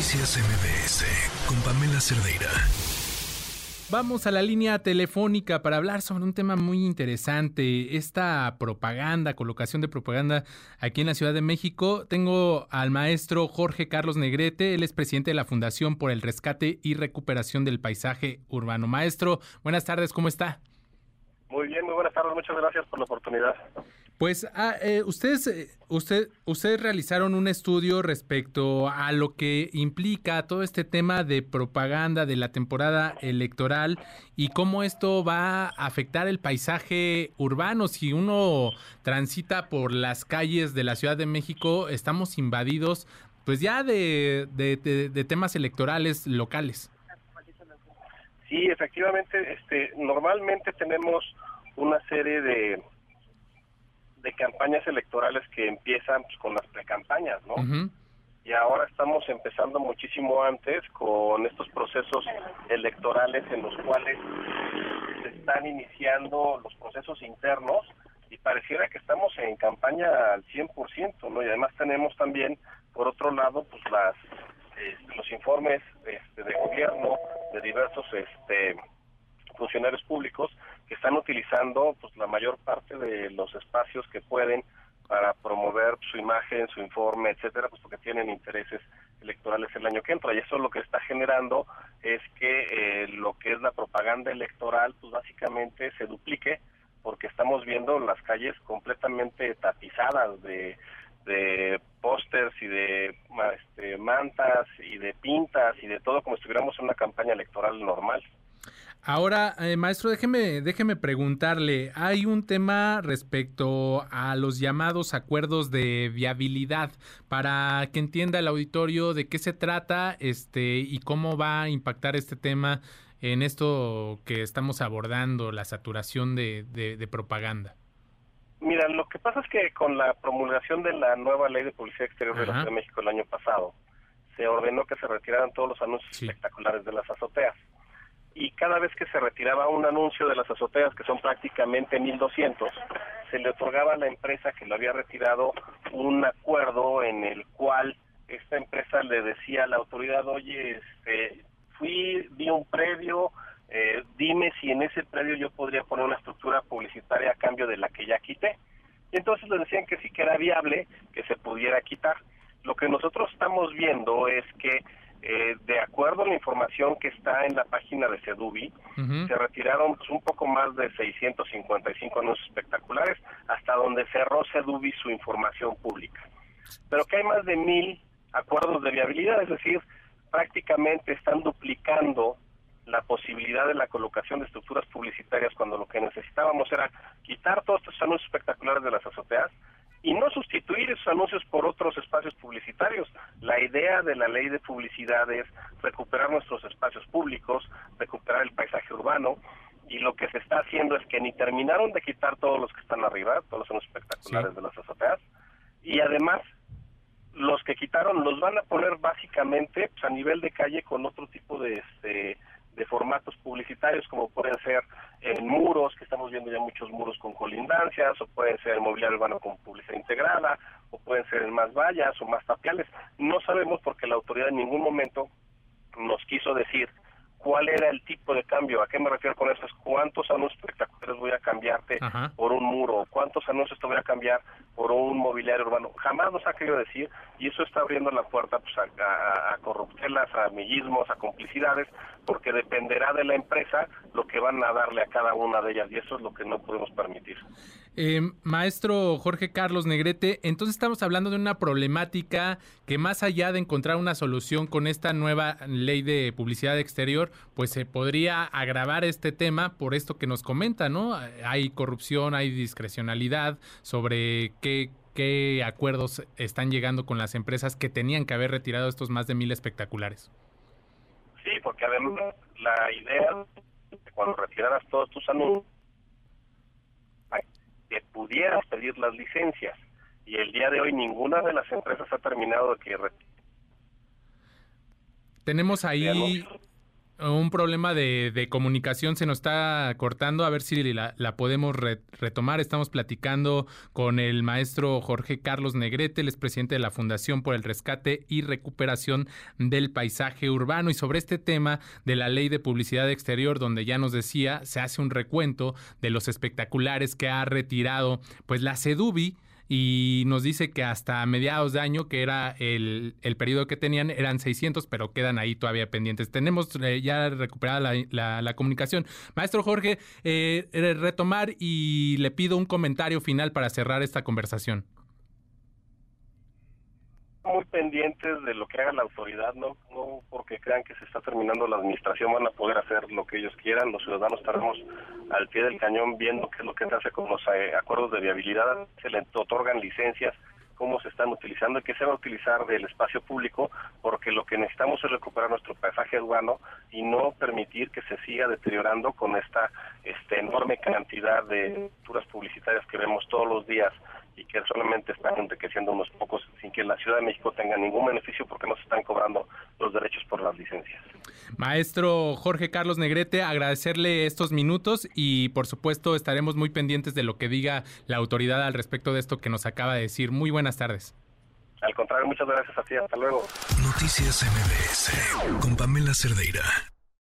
Noticias MBS con Pamela Cerdeira. Vamos a la línea telefónica para hablar sobre un tema muy interesante, esta propaganda, colocación de propaganda aquí en la Ciudad de México. Tengo al maestro Jorge Carlos Negrete, él es presidente de la Fundación por el Rescate y Recuperación del Paisaje Urbano. Maestro, buenas tardes, ¿cómo está? Muy bien, muy buenas tardes, muchas gracias por la oportunidad. Pues ustedes realizaron un estudio respecto a lo que implica todo este tema de propaganda de la temporada electoral y cómo esto va a afectar el paisaje urbano. Si uno transita por las calles de la Ciudad de México, estamos invadidos pues ya de temas electorales locales. Sí, efectivamente, normalmente tenemos una serie de campañas electorales que empiezan pues, con las precampañas, ¿no? Uh-huh. Y ahora estamos empezando muchísimo antes con estos procesos electorales en los cuales se están iniciando los procesos internos y pareciera que estamos en campaña al 100%, ¿no? Y además tenemos también, por otro lado, pues los informes de gobierno de diversos funcionarios públicos que están utilizando pues la mayor parte de los espacios que pueden para promover su imagen, su informe, etcétera, pues porque tienen intereses electorales el año que entra, y eso lo que está generando es que lo que es la propaganda electoral pues básicamente se duplique, porque estamos viendo las calles completamente tapizadas de pósters y de mantas y de pintas y de todo, como si estuviéramos en una campaña electoral normal. Ahora, maestro, déjeme preguntarle, hay un tema respecto a los llamados acuerdos de viabilidad, para que entienda el auditorio de qué se trata, y cómo va a impactar este tema en esto que estamos abordando, la saturación de propaganda. Mira, lo que pasa es que con la promulgación de la nueva Ley de Publicidad Exterior de la Ciudad de México el año pasado, se ordenó que se retiraran todos los anuncios espectaculares de las azoteas. Y cada vez que se retiraba un anuncio de las azoteas, que son prácticamente 1,200, se le otorgaba a la empresa que lo había retirado un acuerdo en el cual esta empresa le decía a la autoridad: oye, vi un predio, dime si en ese predio yo podría poner una estructura publicitaria a cambio de la que ya quité. Y entonces le decían que sí, que era viable que se pudiera quitar. Lo que nosotros estamos viendo es que de acuerdo a la información que está en la página de Seduvi, se retiraron pues, un poco más de 655 anuncios espectaculares, hasta donde cerró Seduvi su información pública. Pero que hay más de 1,000 acuerdos de viabilidad, es decir, prácticamente están duplicando la posibilidad de la colocación de estructuras publicitarias, cuando lo que necesitábamos era quitar todos estos anuncios espectaculares de las azoteas y no sustituir esos anuncios por otros espacios publicitarios. La idea de la ley de publicidad es recuperar nuestros espacios públicos, recuperar el paisaje urbano, y lo que se está haciendo es que ni terminaron de quitar todos los que están arriba, todos los anuncios espectaculares de las azoteas, y además los que quitaron los van a poner básicamente pues, a nivel de calle con otro tipo de formatos publicitarios, como pueden ser en muros, que estamos viendo ya muchos muros con colindancias, o pueden ser en mobiliario urbano con publicidad integrada, o pueden ser en más vallas o más tapiales. No sabemos, porque la autoridad en ningún momento nos quiso decir cuál era el tipo de cambio. ¿A qué me refiero con eso? Es cuántos anuncios espectaculares voy a cambiarte por un muro, cuántos anuncios te voy a cambiar por un mobiliario urbano. Jamás nos ha querido decir, y eso está abriendo la puerta pues, a corruptelas, a amiguismos, a complicidades, porque dependerá de la empresa lo que van a darle a cada una de ellas, y eso es lo que no podemos permitir. Maestro Jorge Carlos Negrete, entonces estamos hablando de una problemática que, más allá de encontrar una solución con esta nueva ley de publicidad exterior, pues se podría agravar este tema por esto que nos comenta, ¿no? Hay corrupción, hay discrecionalidad sobre qué acuerdos están llegando con las empresas que tenían que haber retirado estos más de 1,000 espectaculares. Sí, porque además la idea de cuando retiraras todos tus anuncios, que pudieras pedir las licencias, y el día de hoy ninguna de las empresas ha terminado de que tenemos ahí un problema de comunicación, se nos está cortando, a ver si la podemos retomar. Estamos platicando con el maestro Jorge Carlos Negrete, el expresidente de la Fundación por el Rescate y Recuperación del Paisaje Urbano, y sobre este tema de la Ley de Publicidad Exterior, donde ya nos decía, se hace un recuento de los espectaculares que ha retirado pues la SEDUBI, y nos dice que hasta mediados de año, que era el periodo que tenían, eran 600, pero quedan ahí todavía pendientes. Tenemos ya recuperada la comunicación. Maestro Jorge, retomar, y le pido un comentario final para cerrar esta conversación. Muy pendientes de lo que haga la autoridad, no porque crean que se está terminando la administración van a poder hacer lo que ellos quieran. Los ciudadanos estaremos al pie del cañón viendo qué es lo que se hace con los acuerdos de viabilidad, se le otorgan licencias, cómo se están utilizando y qué se va a utilizar del espacio público, porque lo que necesitamos es recuperar nuestro paisaje urbano y no permitir que se siga deteriorando con esta enorme cantidad de pinturas publicitarias que vemos todos los días y que solamente están enriqueciendo unos pocos sin que la Ciudad de México tenga ningún beneficio porque no se están cobrando los derechos por las licencias. Maestro Jorge Carlos Negrete, agradecerle estos minutos y por supuesto estaremos muy pendientes de lo que diga la autoridad al respecto de esto que nos acaba de decir. Muy buenas tardes. Al contrario, muchas gracias a ti, hasta luego. Noticias MBS con Pamela Cerdeira.